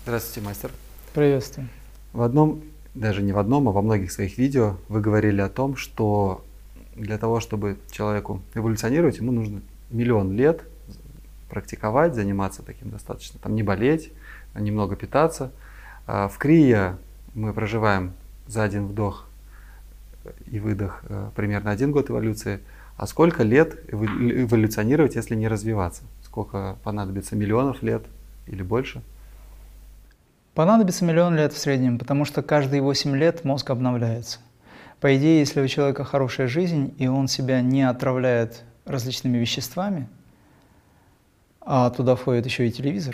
Здравствуйте, мастер. Приветствую. В одном, даже не в одном, а во многих своих видео вы говорили о том, что для того, чтобы человеку эволюционировать, ему нужно миллион лет практиковать, заниматься таким достаточно, там не болеть, немного питаться. В крия мы проживаем за один вдох и выдох примерно 1 год эволюции. А сколько лет эволюционировать, если не развиваться? Сколько понадобится, миллионов лет или больше? Понадобится миллион лет в среднем, потому что каждые 8 лет мозг обновляется. По идее, если у человека хорошая жизнь, и он себя не отравляет различными веществами, а туда входит еще и телевизор,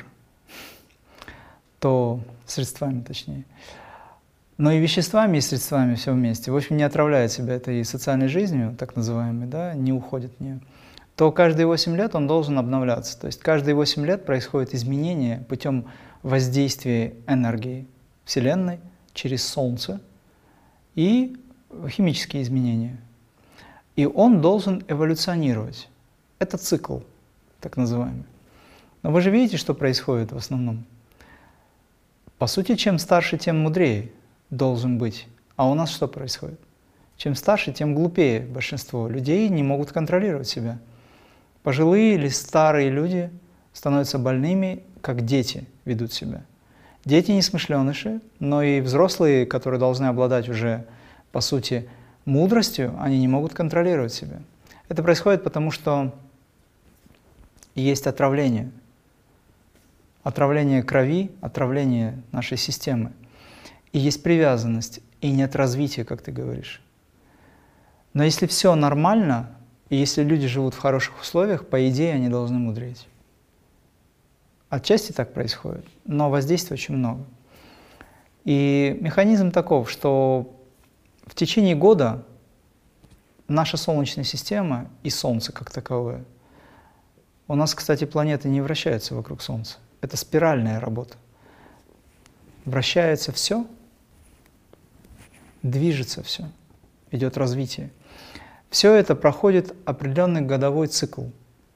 то средствами точнее, но и веществами, и средствами все вместе, в общем, не отравляет себя этой социальной жизнью, так называемой, да, не уходит в нее, то каждые 8 лет он должен обновляться. То есть каждые 8 лет происходит изменение путем воздействия энергии Вселенной через Солнце и химические изменения. И он должен эволюционировать. Это цикл, так называемый. Но вы же видите, что происходит в основном. По сути, чем старше, тем мудрее должен быть. А у нас что происходит? Чем старше, тем глупее большинство людей не могут контролировать себя. Пожилые или старые люди становятся больными, как дети ведут себя. Дети несмышленыши, но и взрослые, которые должны обладать уже, по сути, мудростью, они не могут контролировать себя. Это происходит потому, что есть отравление. Отравление крови, отравление нашей системы. И есть привязанность, и нет развития, как ты говоришь. Но если все нормально, и если люди живут в хороших условиях, по идее, они должны мудреть. Отчасти так происходит, но воздействия очень много. И механизм таков, что в течение года наша Солнечная система и Солнце как таковое, у нас, кстати, планеты не вращаются вокруг Солнца, это спиральная работа. Вращается все, движется все, идет развитие. Все это проходит определенный годовой цикл.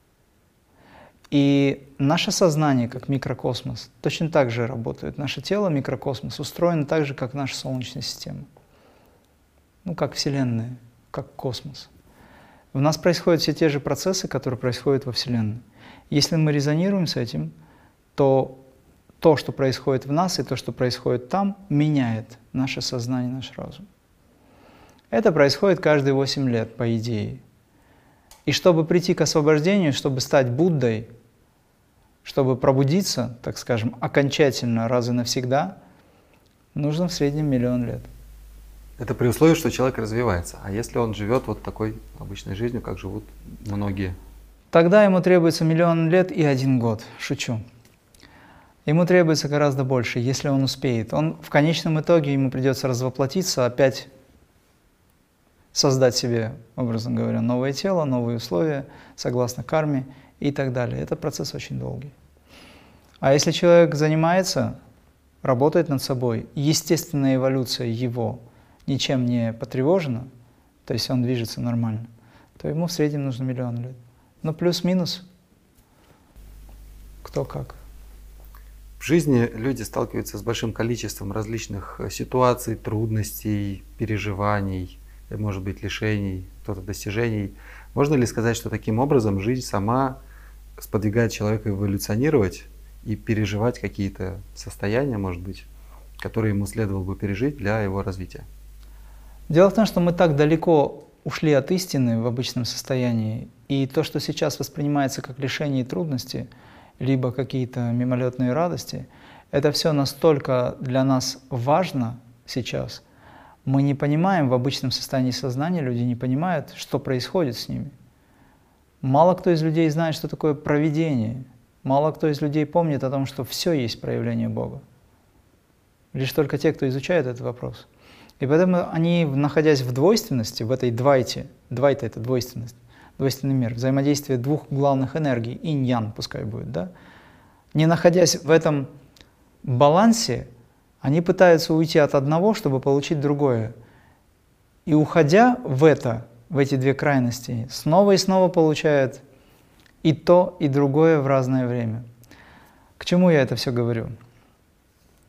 И наше сознание, как микрокосмос, точно так же работает. Наше тело, микрокосмос, устроено так же, как наша Солнечная система. Ну, как Вселенная, как космос. В нас происходят все те же процессы, которые происходят во Вселенной. Если мы резонируем с этим, то то, что происходит в нас, и то, что происходит там, меняет наше сознание, наш разум. Это происходит каждые 8 лет, по идее. И чтобы прийти к освобождению, чтобы стать Буддой, чтобы пробудиться, так скажем, окончательно раз и навсегда, нужно в среднем миллион лет. Это при условии, что человек развивается. А если он живет вот такой обычной жизнью, как живут многие? Тогда ему требуется миллион лет и 1 год. Шучу. Ему требуется гораздо больше, если он успеет. Он в конечном итоге ему придется развоплотиться, опять создать себе, образно говоря, новое тело, новые условия, согласно карме и так далее. Это процесс очень долгий. А если человек занимается, работает над собой, естественная эволюция его ничем не потревожена, то есть он движется нормально, то ему в среднем нужно миллион лет. Но плюс-минус, кто как. В жизни люди сталкиваются с большим количеством различных ситуаций, трудностей, переживаний, может быть, лишений, кто-то достижений. Можно ли сказать, что таким образом жизнь сама сподвигает человека эволюционировать и переживать какие-то состояния, может быть, которые ему следовало бы пережить для его развития? Дело в том, что мы так далеко ушли от истины в обычном состоянии, и то, что сейчас воспринимается как лишение и трудности, либо какие-то мимолетные радости, это все настолько для нас важно сейчас. Мы не понимаем в обычном состоянии сознания, люди не понимают, что происходит с ними. Мало кто из людей знает, что такое провидение. Мало кто из людей помнит о том, что все есть проявление Бога. Лишь только те, кто изучает этот вопрос. И поэтому они, находясь в двойственности, в этой двайте – это двойственность, двойственный мир, взаимодействие двух главных энергий, инь-ян пускай будет, да? Не находясь в этом балансе, они пытаются уйти от одного, чтобы получить другое. И уходя в эти две крайности, снова и снова получают и то, и другое в разное время. К чему я это все говорю?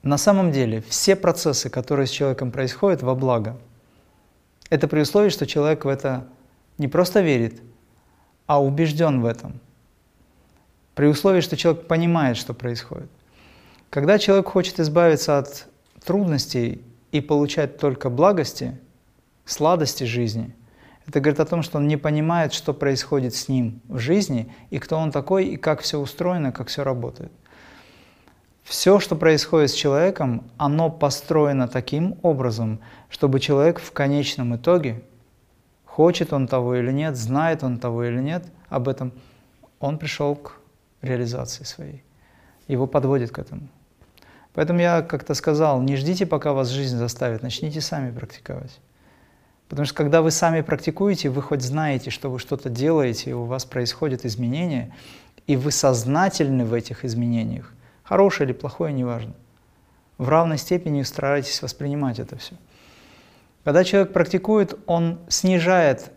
на самом деле все процессы, которые с человеком происходят, во благо. Это при условии, что человек в это не просто верит, а убежден в этом. При условии, что человек понимает, что происходит. Когда человек хочет избавиться от трудностей и получать только благости, сладости жизни, это говорит о том, что он не понимает, что происходит с ним в жизни, и кто он такой, и как все устроено, как все работает. Все, что происходит с человеком, оно построено таким образом, чтобы человек в конечном итоге, хочет он того или нет, знает он того или нет об этом, он пришел к реализации своей. Его подводит к этому. Поэтому я как-то сказал, не ждите, пока вас жизнь заставит, начните сами практиковать. Потому что когда вы сами практикуете, вы хоть знаете, что вы что-то делаете, и у вас происходят изменения, и вы сознательны в этих изменениях, хорошее или плохое, неважно. В равной степени старайтесь воспринимать это все. Когда человек практикует, он снижает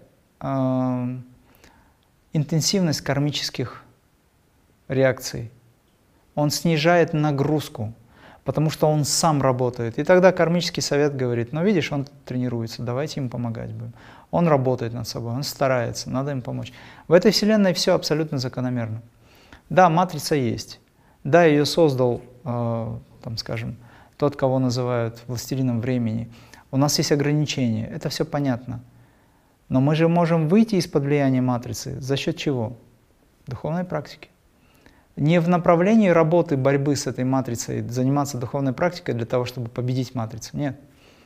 интенсивность кармических реакций. Он снижает нагрузку, потому что он сам работает. И тогда кармический совет говорит, ну видишь, он тренируется, давайте им помогать будем. Он работает над собой, он старается, надо им помочь. В этой вселенной все абсолютно закономерно. Да, матрица есть. Да, ее создал, там, скажем, тот, кого называют властелином времени. У нас есть ограничения, это все понятно. Но мы же можем выйти из-под влияния матрицы. За счет чего? Духовной практики. Не в направлении работы, борьбы с этой матрицей, заниматься духовной практикой для того, чтобы победить матрицу. Нет.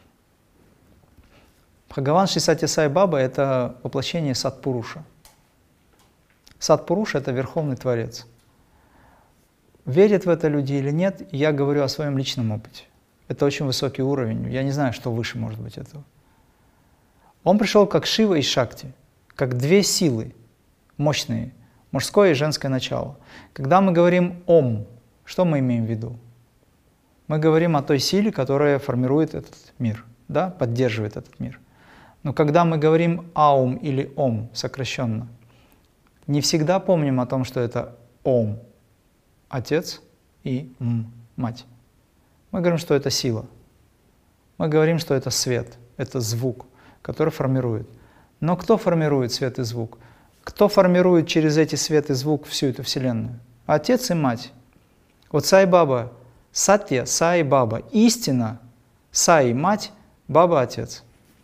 Бхагаван Шри Сатья Сай Баба – это воплощение Сатпуруша. Сатпуруша – это Верховный Творец. Верят в это люди или нет, я говорю о своем личном опыте. Это очень высокий уровень, я не знаю, что выше может быть этого. Он пришел как Шива и Шакти, как две силы мощные, мужское и женское начало. Когда мы говорим «Ом», что мы имеем в виду? Мы говорим о той силе, которая формирует этот мир, да, поддерживает этот мир. Но когда мы говорим «Аум» или «Ом» сокращенно, не всегда помним о том, что это «Ом» – Отец и «М» – Мать. Мы говорим, что это сила. Мы говорим, что это свет, это звук, который формирует. Но кто формирует свет и звук? Кто формирует через эти свет и звук всю эту Вселенную? Отец и Мать. Вот Сай Баба, Сатья, Сай Баба, истина, Сай – Мать, Баба – Отец.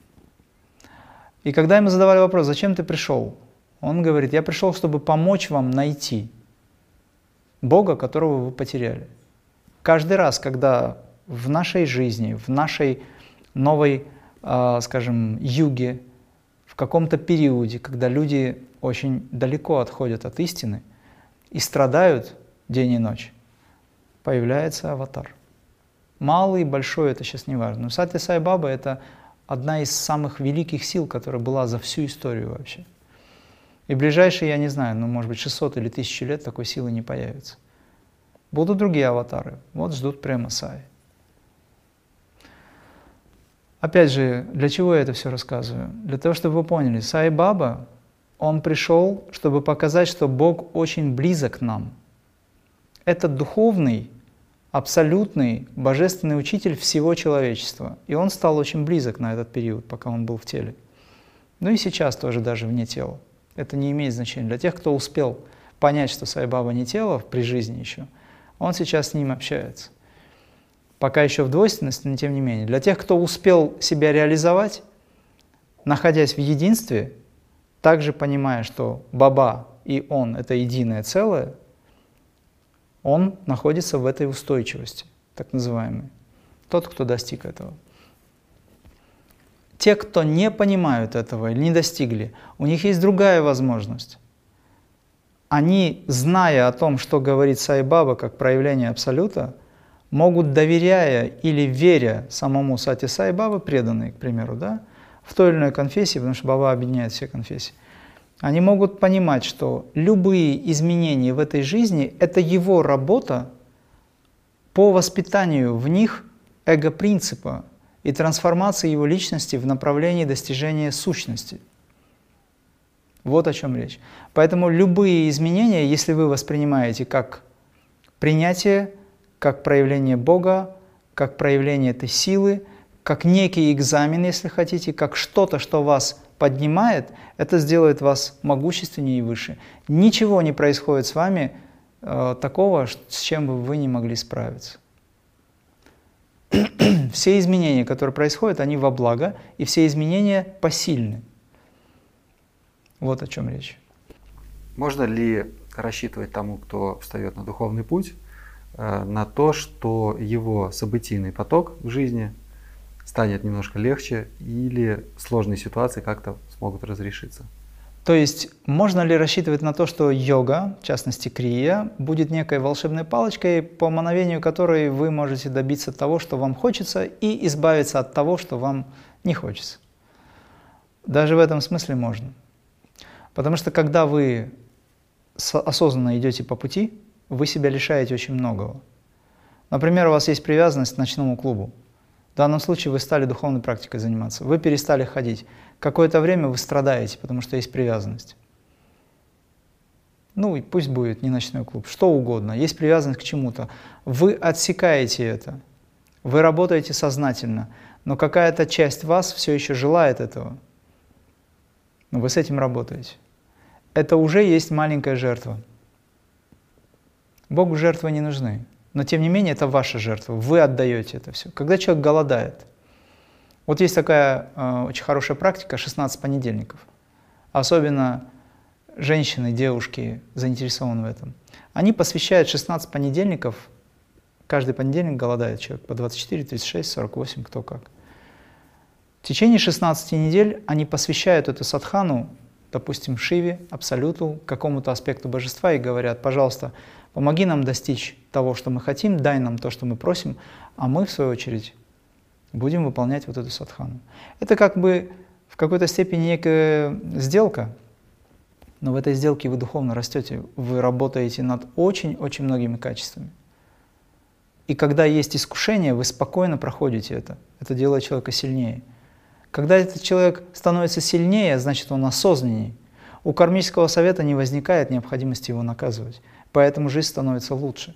И когда ему задавали вопрос, зачем ты пришел? Он говорит, я пришел, чтобы помочь вам найти Бога, которого вы потеряли. Каждый раз, когда в нашей жизни, в нашей новой, скажем, юге, в каком-то периоде, когда люди очень далеко отходят от истины и страдают день и ночь, появляется аватар. Малый, большой, это сейчас не важно. Но Сатья Сай Баба – это одна из самых великих сил, которая была за всю историю вообще. И в ближайшие, я не знаю, ну, может быть, 600 или 1000 лет такой силы не появится. Будут другие аватары. Вот ждут Према Сай. Опять же, для чего я это все рассказываю? Для того, чтобы вы поняли, Сай Баба, он пришел, чтобы показать, что Бог очень близок к нам. Это духовный, абсолютный, божественный учитель всего человечества. И он стал очень близок на этот период, пока он был в теле. Ну и сейчас тоже даже вне тела. Это не имеет значения. Для тех, кто успел понять, что Сай Баба не тело при жизни еще, он сейчас с ним общается. Пока еще в двойственности, но тем не менее. Для тех, кто успел себя реализовать, находясь в единстве, также понимая, что Баба и он – это единое целое, он находится в этой устойчивости, так называемой. Тот, кто достиг этого. Те, кто не понимают этого или не достигли, у них есть другая возможность. Они, зная о том, что говорит Сай Баба как проявление Абсолюта, могут, доверяя или веря самому Сати Сай Бабы, преданные, к примеру, да, в той или иной конфессии, потому что Баба объединяет все конфессии, они могут понимать, что любые изменения в этой жизни – это его работа по воспитанию в них эго-принципа и трансформации его личности в направлении достижения сущности. Вот о чем речь. Поэтому любые изменения, если вы воспринимаете как принятие, как проявление Бога, как проявление этой силы, как некий экзамен, если хотите, как что-то, что вас поднимает, это сделает вас могущественнее и выше. Ничего не происходит с вами такого, с чем бы вы не могли справиться. Все изменения, которые происходят, они во благо, и все изменения посильны. Вот о чем речь. Можно ли рассчитывать тому, кто встает на духовный путь, на то, что его событийный поток в жизни станет немножко легче или сложные ситуации как-то смогут разрешиться? То есть можно ли рассчитывать на то, что йога, в частности крия, будет некой волшебной палочкой, по мановению которой вы можете добиться того, что вам хочется, и избавиться от того, что вам не хочется? Даже в этом смысле можно. Потому что когда вы осознанно идете по пути, вы себя лишаете очень многого. Например, у вас есть привязанность к ночному клубу. В данном случае вы стали духовной практикой заниматься, вы перестали ходить. Какое-то время вы страдаете, потому что есть привязанность. Ну и пусть будет не ночной клуб, что угодно, есть привязанность к чему-то. Вы отсекаете это, вы работаете сознательно, но какая-то часть вас все еще желает этого. Но вы с этим работаете. Это уже есть маленькая жертва. Богу жертвы не нужны. Но тем не менее, это ваша жертва. Вы отдаете это все. Когда человек голодает, вот есть такая очень хорошая практика 16 понедельников. Особенно женщины, девушки заинтересованы в этом. Они посвящают 16 понедельников, каждый понедельник голодает человек по 24, 36, 48, кто как. В течение 16 недель они посвящают эту садхану, допустим, Шиве, Абсолюту, какому-то аспекту божества и говорят: пожалуйста, помоги нам достичь того, что мы хотим, дай нам то, что мы просим, а мы, в свою очередь, будем выполнять вот эту садхану. Это как бы в какой-то степени некая сделка, но в этой сделке вы духовно растете, вы работаете над очень-очень многими качествами. И когда есть искушение, вы спокойно проходите это. Это делает человека сильнее. Когда этот человек становится сильнее, значит, он осознанней. У кармического совета не возникает необходимости его наказывать. Поэтому жизнь становится лучше.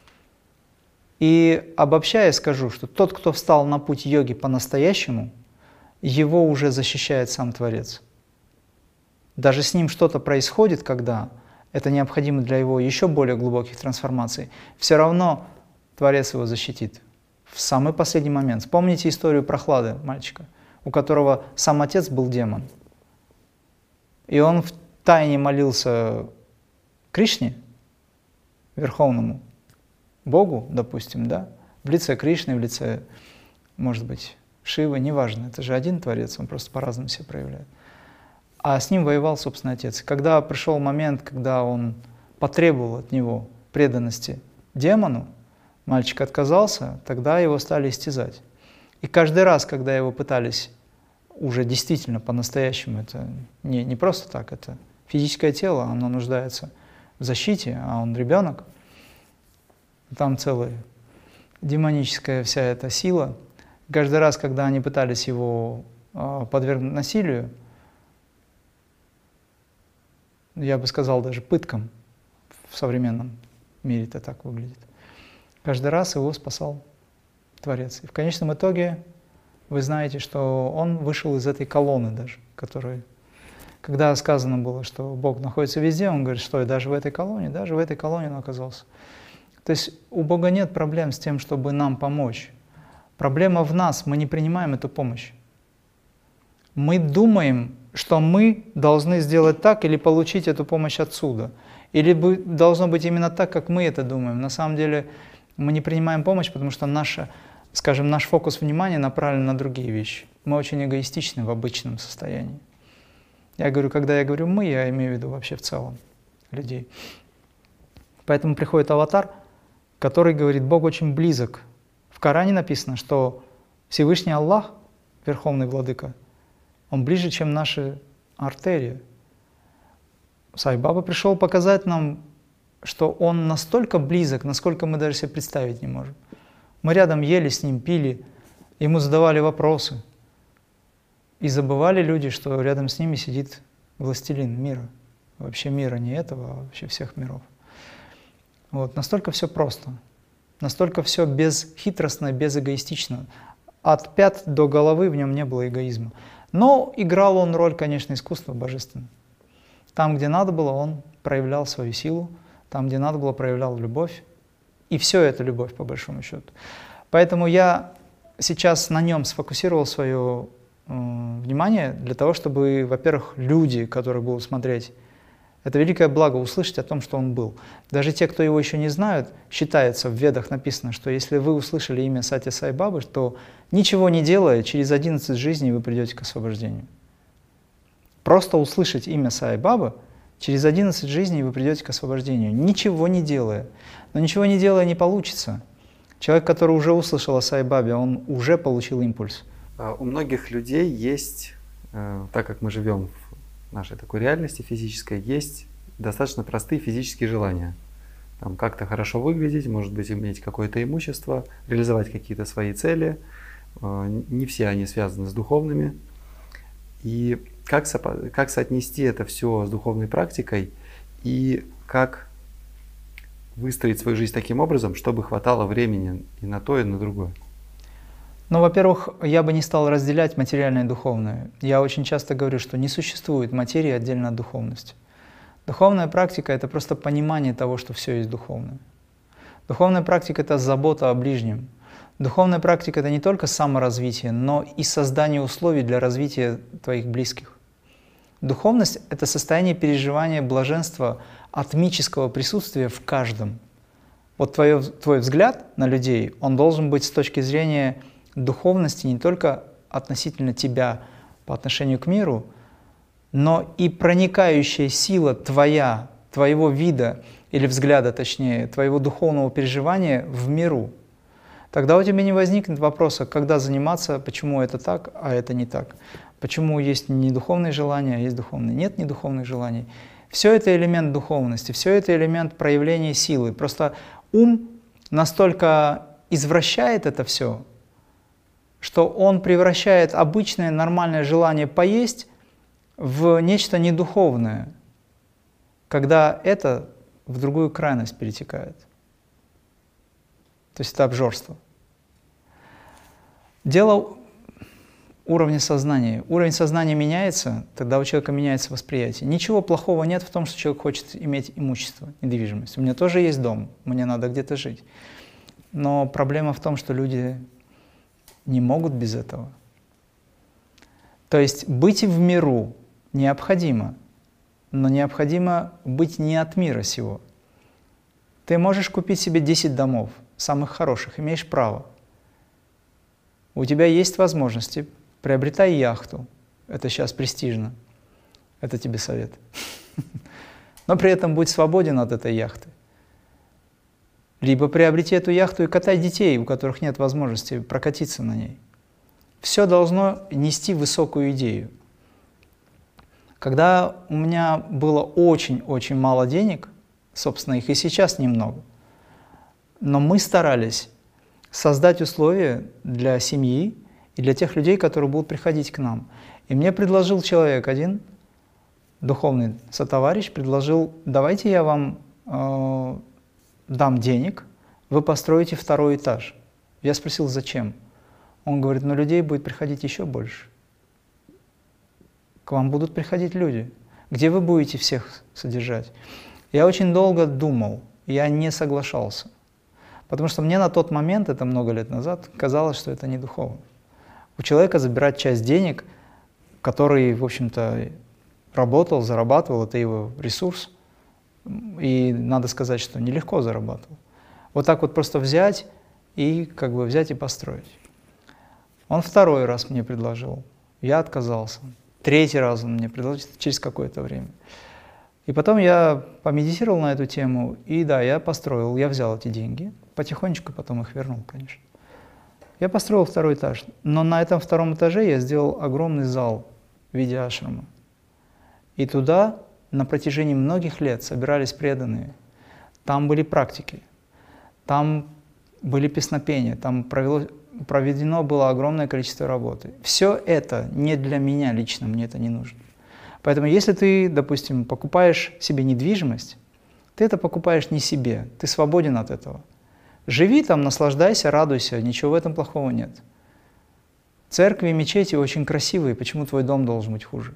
И обобщая скажу, что тот, кто встал на путь йоги по-настоящему, его уже защищает сам Творец. Даже с ним что-то происходит, когда это необходимо для его еще более глубоких трансформаций, все равно Творец его защитит в самый последний момент. Вспомните историю Прохлады, мальчика, у которого сам отец был демон. И он втайне молился Кришне, Верховному Богу, допустим, да, в лице Кришны, в лице, может быть, Шивы, неважно, это же один Творец, он просто по-разному себя проявляет. А с ним воевал, собственно, отец. Когда пришел момент, когда он потребовал от него преданности демону, мальчик отказался, тогда его стали истязать. И каждый раз, когда его пытались уже действительно по-настоящему, это не просто так, это физическое тело, оно нуждается в защите, а он ребенок, там целая демоническая вся эта сила. Каждый раз, когда они пытались его подвергнуть насилию, я бы сказал, даже пыткам, в современном мире это так выглядит, каждый раз его спасал Творец. И в конечном итоге вы знаете, что он вышел из этой колонны даже, которая, когда сказано было, что Бог находится везде, он говорит, что и даже в этой колонне он оказался. То есть у Бога нет проблем с тем, чтобы нам помочь. Проблема в нас, мы не принимаем эту помощь. Мы думаем, что мы должны сделать так или получить эту помощь отсюда. Или должно быть именно так, как мы это думаем. На самом деле мы не принимаем помощь, потому что наш фокус внимания направлен на другие вещи. Мы очень эгоистичны в обычном состоянии. Когда я говорю «мы», я имею в виду вообще в целом людей. Поэтому приходит аватар, который говорит: Бог очень близок. В Коране написано, что Всевышний Аллах, Верховный Владыка, Он ближе, чем наши артерии. Сай-Баба пришел показать нам, что Он настолько близок, насколько мы даже себе представить не можем. Мы рядом ели с Ним, пили, Ему задавали вопросы. И забывали люди, что рядом с ними сидит властелин мира. Вообще мира не этого, а вообще всех миров. Вот. Настолько все просто. Настолько все бесхитростно, безэгоистично. От пят до головы в нем не было эгоизма. Но играл он роль, конечно, искусства божественного. Там, где надо было, он проявлял свою силу, там, где надо было, проявлял любовь. И все это любовь, по большому счету. Поэтому я сейчас на нем сфокусировал свое внимание для того, чтобы, во-первых, люди, которые будут смотреть, это великое благо услышать о том, что он был. Даже те, кто его еще не знают, считается, в Ведах написано, что если вы услышали имя Сати Сай Бабы, то ничего не делая, через 11 жизней вы придете к освобождению. Просто услышать имя Сай Бабы, через 11 жизней вы придете к освобождению, ничего не делая. Но ничего не делая не получится. Человек, который уже услышал о Сай Бабе, он уже получил импульс. У многих людей есть, так как мы живем в нашей такой реальности физической, есть достаточно простые физические желания. Там как-то хорошо выглядеть, может быть, иметь какое-то имущество, реализовать какие-то свои цели. Не все они связаны с духовными. И как соотнести это все с духовной практикой и как выстроить свою жизнь таким образом, чтобы хватало времени и на то, и на другое? Ну, во-первых, я бы не стал разделять материальное и духовное. Я очень часто говорю, что не существует материи отдельно от духовности. Духовная практика – это просто понимание того, что все есть духовное. Духовная практика – это забота о ближнем. Духовная практика – это не только саморазвитие, но и создание условий для развития твоих близких. Духовность – это состояние переживания блаженства атмического присутствия в каждом. Вот твой взгляд на людей, он должен быть с точки зрения духовности не только относительно тебя по отношению к миру, но и проникающая сила твоего вида или взгляда, точнее, твоего духовного переживания в миру. Тогда у тебя не возникнет вопроса, когда заниматься, почему это так, а это не так. Почему есть недуховные желания, а есть духовные. Нет недуховных желаний. Все это элемент духовности, все это элемент проявления силы. Просто ум настолько извращает это все, что он превращает обычное нормальное желание поесть в нечто недуховное, когда это в другую крайность перетекает. То есть это обжорство. Дело уровня сознания. Уровень сознания меняется, тогда у человека меняется восприятие. Ничего плохого нет в том, что человек хочет иметь имущество, недвижимость. У меня тоже есть дом, мне надо где-то жить. Но проблема в том, что люди не могут без этого. То есть быть в миру необходимо, но необходимо быть не от мира сего. Ты можешь купить себе 10 домов, самых хороших, имеешь право. У тебя есть возможности, приобретай яхту. Это сейчас престижно. Это тебе совет. Но при этом будь свободен от этой яхты. Либо приобрети эту яхту и катай детей, у которых нет возможности прокатиться на ней. Все должно нести высокую идею. Когда у меня было очень-очень мало денег, собственно, их и сейчас немного, но мы старались создать условия для семьи и для тех людей, которые будут приходить к нам. И мне предложил человек один, духовный сотоварищ, предложил: давайте я вам дам денег, вы построите 2-й этаж. Я спросил, зачем? Он говорит: ну людей будет приходить еще больше. К вам будут приходить люди. Где вы будете всех содержать? Я очень долго думал, я не соглашался. Потому что мне на тот момент, это много лет назад, казалось, что это не духовно. У человека забирать часть денег, который, в общем-то, работал, зарабатывал, это его ресурс. И надо сказать, что нелегко зарабатывал. Вот так вот просто взять и взять и построить. Он 2-й раз мне предложил, я отказался. 3-й раз он мне предложил через какое-то время. И потом я помедитировал на эту тему, и да, я построил, я взял эти деньги, потихонечку потом их вернул, конечно. Я построил 2-й этаж, но на этом 2-м этаже я сделал огромный зал в виде ашрама. И туда на протяжении многих лет собирались преданные. Там были практики, там были песнопения, там проведено было огромное количество работы. Все это не для меня лично, мне это не нужно. Поэтому если ты, допустим, покупаешь себе недвижимость, ты это покупаешь не себе, ты свободен от этого. Живи там, наслаждайся, радуйся, ничего в этом плохого нет. Церкви и мечети очень красивые, почему твой дом должен быть хуже?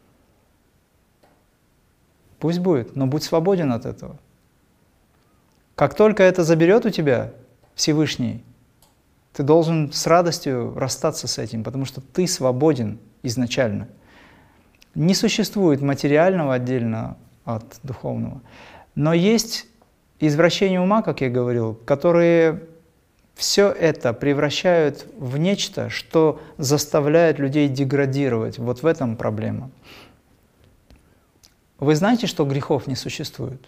Пусть будет, но будь свободен от этого. Как только это заберет у тебя Всевышний, ты должен с радостью расстаться с этим, потому что ты свободен изначально. Не существует материального отдельно от духовного, но есть извращения ума, как я говорил, которые все это превращают в нечто, что заставляет людей деградировать. Вот в этом проблема. Вы знаете, что грехов не существует?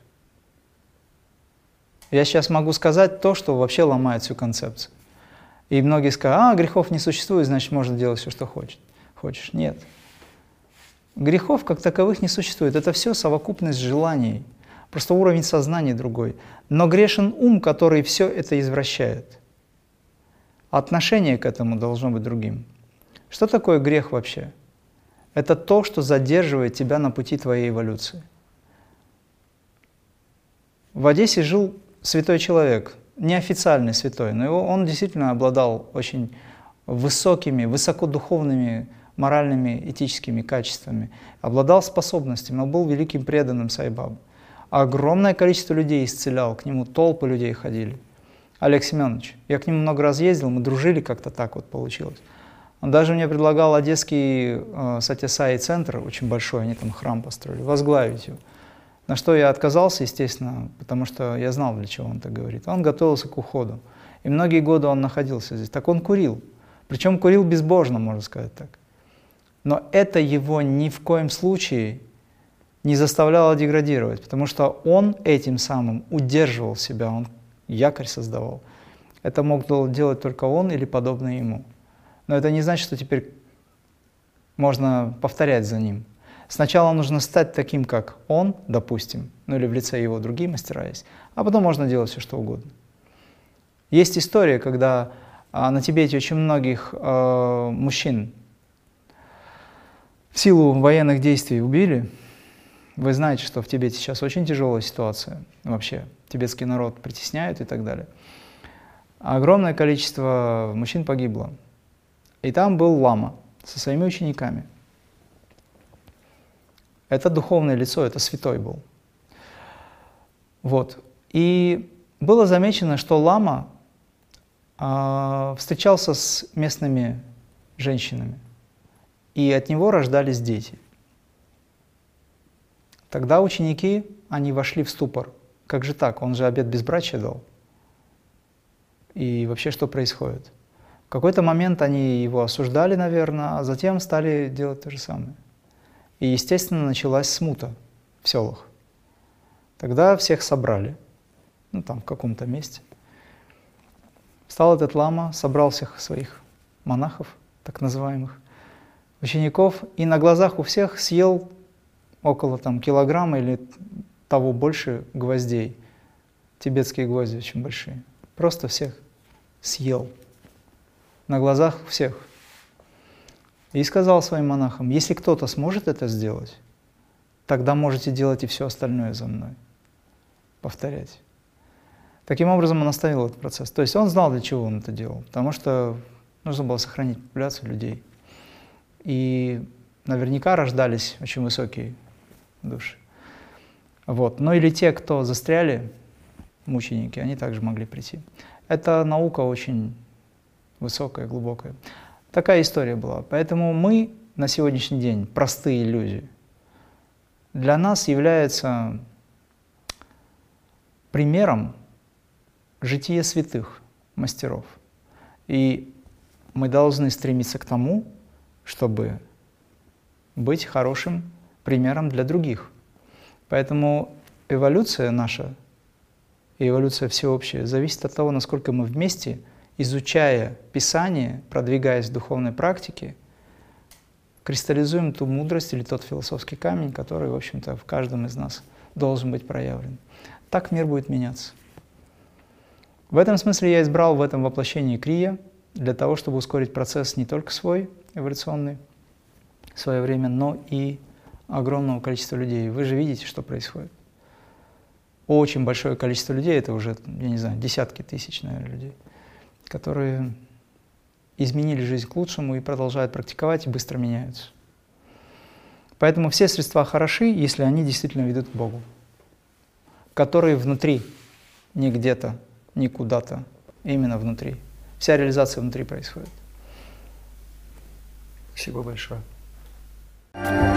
Я сейчас могу сказать то, что вообще ломает всю концепцию. И многие скажут, грехов не существует, значит, можно делать все, что хочешь. Нет. Грехов как таковых не существует. Это все совокупность желаний. Просто уровень сознания другой. Но грешен ум, который все это извращает. Отношение к этому должно быть другим. Что такое грех вообще? Это то, что задерживает тебя на пути твоей эволюции. В Одессе жил святой человек, неофициальный святой, но он действительно обладал очень высокими, высокодуховными, моральными, этическими качествами, обладал способностями, он был великим преданным Сай-Бабы. Огромное количество людей исцелял, к нему толпы людей ходили. Олег Семенович, я к нему много раз ездил, мы дружили, как-то так вот получилось. Он даже мне предлагал одесский Сатья-Сай центр, очень большой, они там храм построили, возглавить его. На что я отказался, естественно, потому что я знал, для чего он так говорит. Он готовился к уходу. И многие годы он находился здесь. Так он курил. Причем курил безбожно, можно сказать так. Но это его ни в коем случае не заставляло деградировать, потому что он этим самым удерживал себя, он якорь создавал. Это мог делать только он или подобные ему. Но это не значит, что теперь можно повторять за ним. Сначала нужно стать таким, как он, допустим, ну или в лице его другие мастера есть, а потом можно делать все, что угодно. Есть история, когда на Тибете очень многих мужчин в силу военных действий убили. Вы знаете, что в Тибете сейчас очень тяжелая ситуация вообще. Тибетский народ притесняют и так далее. Огромное количество мужчин погибло. И там был лама со своими учениками. Это духовное лицо, это святой был. Вот. И было замечено, что лама встречался с местными женщинами, и от него рождались дети. Тогда ученики, они вошли в ступор. Как же так? Он же обет безбрачия дал. И вообще, что происходит? В какой-то момент они его осуждали, наверное, а затем стали делать то же самое. И, естественно, началась смута в селах. Тогда всех собрали, ну там в каком-то месте. Встал этот лама, собрал всех своих монахов, так называемых, учеников, и на глазах у всех съел около килограмма или того больше гвоздей. Тибетские гвозди очень большие. Просто всех съел. На глазах у всех. И сказал своим монахам, если кто-то сможет это сделать, тогда можете делать и все остальное за мной. Повторять. Таким образом он остановил этот процесс. То есть он знал, для чего он это делал. Потому что нужно было сохранить популяцию людей. И наверняка рождались очень высокие души. Вот. Но или те, кто застряли, мученики, они также могли прийти. Это наука очень высокая, глубокая. Такая история была. Поэтому мы на сегодняшний день, простые люди, для нас является примером жития святых мастеров. И мы должны стремиться к тому, чтобы быть хорошим примером для других. Поэтому эволюция наша, и эволюция всеобщая, зависит от того, насколько мы вместе, изучая Писание, продвигаясь в духовной практике, кристаллизуем ту мудрость или тот философский камень, который, в общем-то, в каждом из нас должен быть проявлен. Так мир будет меняться. В этом смысле я избрал в этом воплощении крия для того, чтобы ускорить процесс не только свой, эволюционный, в свое время, но и огромного количества людей. Вы же видите, что происходит. очень большое количество людей, это уже, я не знаю, десятки тысяч, наверное, людей, которые изменили жизнь к лучшему и продолжают практиковать и быстро меняются. Поэтому все средства хороши, если они действительно ведут к Богу, которые внутри, не где-то, не куда-то, именно внутри. Вся реализация внутри происходит. Спасибо большое.